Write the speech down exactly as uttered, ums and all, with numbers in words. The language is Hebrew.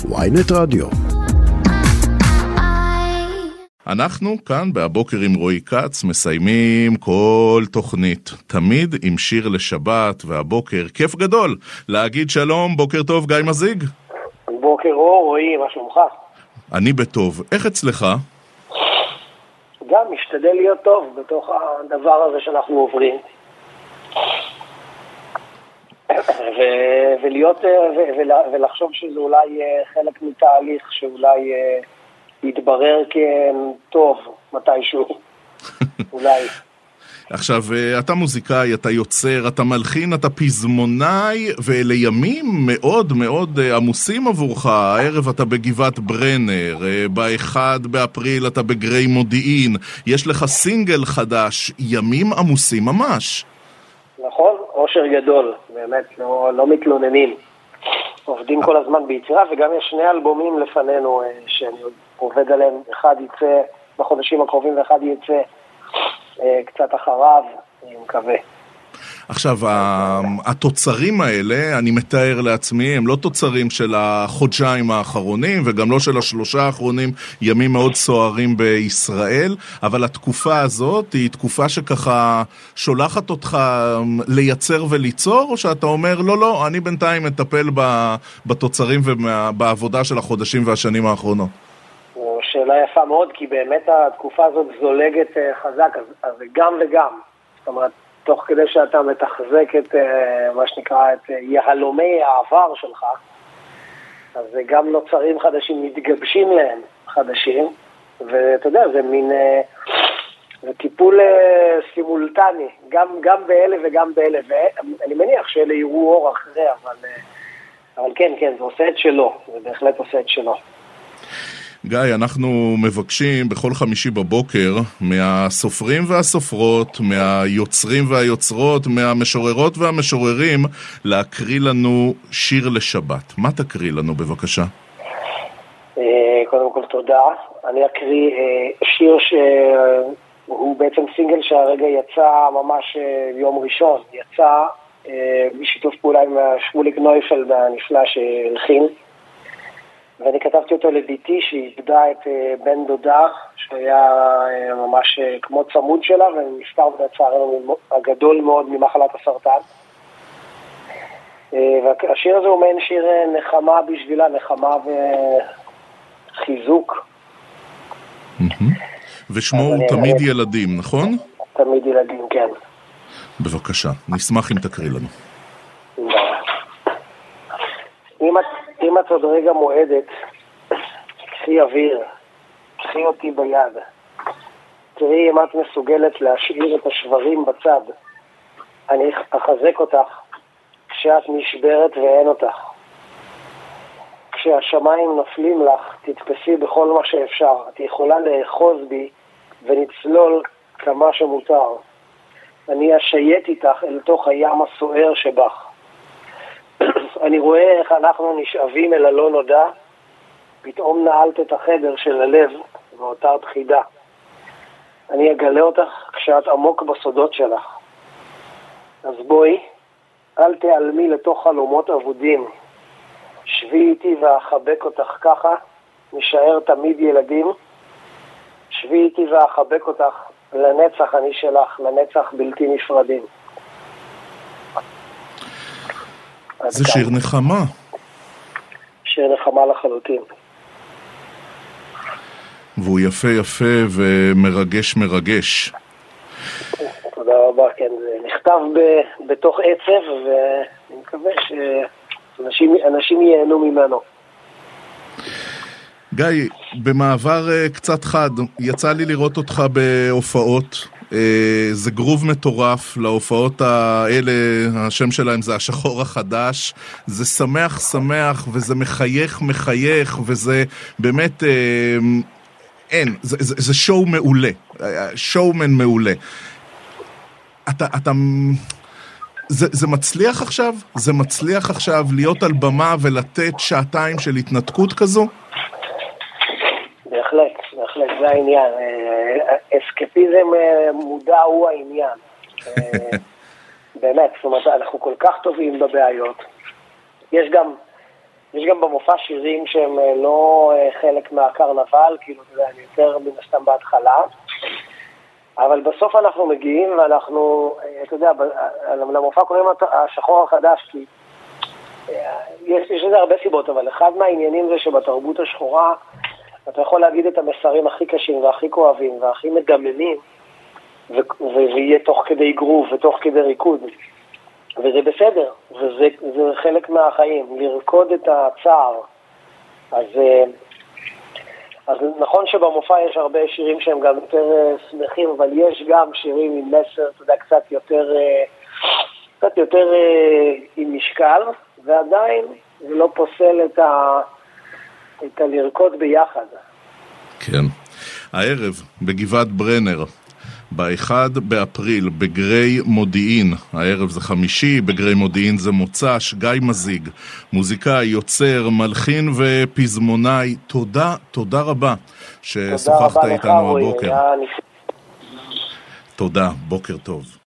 וויינט רדיו. אנחנו כאן בהבוקר עם רועי קץ מסיימים כל תוכנית, תמיד עם שיר לשבת, והבוקר כיף גדול להגיד שלום, בוקר טוב גיא מזיג. בוקר אור רועי, מה שלומך? אני בטוב, איך אצלך? גם משתדל להיות טוב בתוך הדבר הזה שאנחנו עוברים. ו- ולהיות ו- ול- ולחשוב שזה אולי חלק מתהליך שאולי יתברר כטוב מתישהו. אולי. עכשיו, אתה מוזיקאי, אתה יוצר, אתה מלחין, אתה פזמונאי, ואלה ימים מאוד מאוד עמוסים עבורך. הערב אתה בגבעת ברנר, באחד באפריל אתה בגרי מודיעין, יש לך סינגל חדש, ימים עמוסים ממש. נכון, אושר גדול, באמת, לא, לא מתלוננים. עובדים כל הזמן ביצירה, וגם יש שני אלבומים לפנינו שאני עובד עליהם, אחד יצא בחודשים הקרובים ואחד יצא קצת אחריו, אני מקווה. עכשיו, התוצרים האלה, אני מתאר לעצמי, הם לא תוצרים של החודשיים האחרונים, וגם לא של השלושה האחרונים, ימים מאוד סוערים בישראל, אבל התקופה הזאת היא תקופה שככה שולחת אותך לייצר וליצור, או שאתה אומר, לא, לא, אני בינתיים מטפל בתוצרים ובעבודה של החודשים והשנים האחרונות? שאלה יפה מאוד, כי באמת התקופה הזאת זולגת חזק, אז, אז גם וגם. זאת אומרת, תוך כדי שאתה מתחזק את מה שנקרא, את יהלומי העבר שלך, אז גם נוצרים חדשים, מתגבשים להם חדשים, ואתה יודע, זה מין, זה טיפול סימולטני, גם, גם באלה וגם באלה, ואני מניח שאלה יראו אור אחרי, אבל, אבל כן, כן, זה עושה את שלו, זה בהחלט עושה את שלו. גיא, אנחנו מבקשים בכל חמישי בבוקר מהסופרים והסופרות, מהיוצרים והיוצרות, מהמשוררות והמשוררים, להקריא לנו שיר לשבת. מה תקריא לנו בבקשה? קודם כל תודה. אני אקריא שיר שהוא בעצם סינגל שהרגע יצא ממש יום ראשון. יצא בשיתוף פעולה עם שמוליק נויפלד הנפלא שהלחין. ואני כתבתי אותו לביתי שאיבדה את בן דודה, שהיה ממש כמו צמוד שלה, ונפטר בצערנו הגדול מאוד ממחלת הסרטן. והשיר הזה הוא מעין שיר נחמה בשבילה, נחמה וחיזוק. ושמו הוא תמיד ילדים, נכון? תמיד ילדים, כן. בבקשה, נשמח אם תקריא לנו. אם את... אם את עוד רגע מועדת, קחי אוויר, קחי אותי ביד. תראי אם את מסוגלת להשאיר את השברים בצד. אני אחזק אותך כשאת נשברת ואין אותך. כשהשמיים נופלים לך, תתפסי בכל מה שאפשר. את יכולה לאחוז בי ונצלול כמה שמותר. אני אשייט איתך אל תוך הים הסוער שבך. אני רואה איך אנחנו נשאבים אל הלא נודע, פתאום נעלת את החדר של הלב ואותרת חידה. אני אגלה אותך כשאת עמוק בסודות שלך. אז בואי, אל תיעלמי לתוך חלומות אבודים. שבי איתי ואחבק אותך ככה, נשאר תמיד ילדים. שבי איתי ואחבק אותך, לנצח אני שלך, לנצח בלתי נפרדים. זה שיר נחמה. שיר נחמה לחלוטין. והוא יפה יפה ומרגש מרגש. תודה רבה, כן, זה נכתב ב- בתוך עצב, ואני מקווה שאנשים אנשים ייהנו ממנו. גיא, במעבר קצת חד, יצא לי לראות אותך בהופעות. זה גרוב מטורף, להופעות האלה, השם שלהם זה השחור החדש, זה שמח שמח וזה מחייך מחייך, וזה באמת, אין, זה, זה, זה שואו מעולה, שואומן מעולה. אתה, אתה, זה, זה מצליח עכשיו? זה מצליח עכשיו להיות על במה ולתת שעתיים של התנתקות כזו? בהחלט, בהחלט, זה העניין. אסקפיזם מודע הוא העניין. באמת, זאת אומרת, אנחנו כל כך טובים בבעיות. יש גם יש גם במופע שירים שהם לא חלק מהקרנבל, כאילו, אתה יודע, אני יותר מן הסתם בהתחלה. אבל בסוף אנחנו מגיעים ואנחנו, אתה יודע, למופע קוראים השחור החדש, כי יש, יש לזה הרבה סיבות, אבל אחד מהעניינים זה שבתרבות השחורה אתה יכול להגיד את המסרים הכי קשים והכי כואבים והכי מדממים, ו- ויהיה תוך כדי גרוב ותוך כדי ריקוד. וזה בסדר, וזה זה חלק מהחיים, לרקוד את הצער. אז, אז נכון שבמופע יש הרבה שירים שהם גם יותר שמחים, אבל יש גם שירים עם מסר, אתה יודע, קצת יותר, קצת יותר עם משקל, ועדיין זה לא פוסל את, ה, את הלרקוד ביחד. כן. הערב בגבעת ברנר, ב-אחד באפריל, בגרי מודיעין, הערב זה חמישי, בגרי מודיעין זה מוצ"ש, גיא מזיג, מוזיקאי, יוצר, מלחין ופזמונאי, תודה, תודה רבה ששוחחת איתנו הבוקר. תודה, בוקר טוב.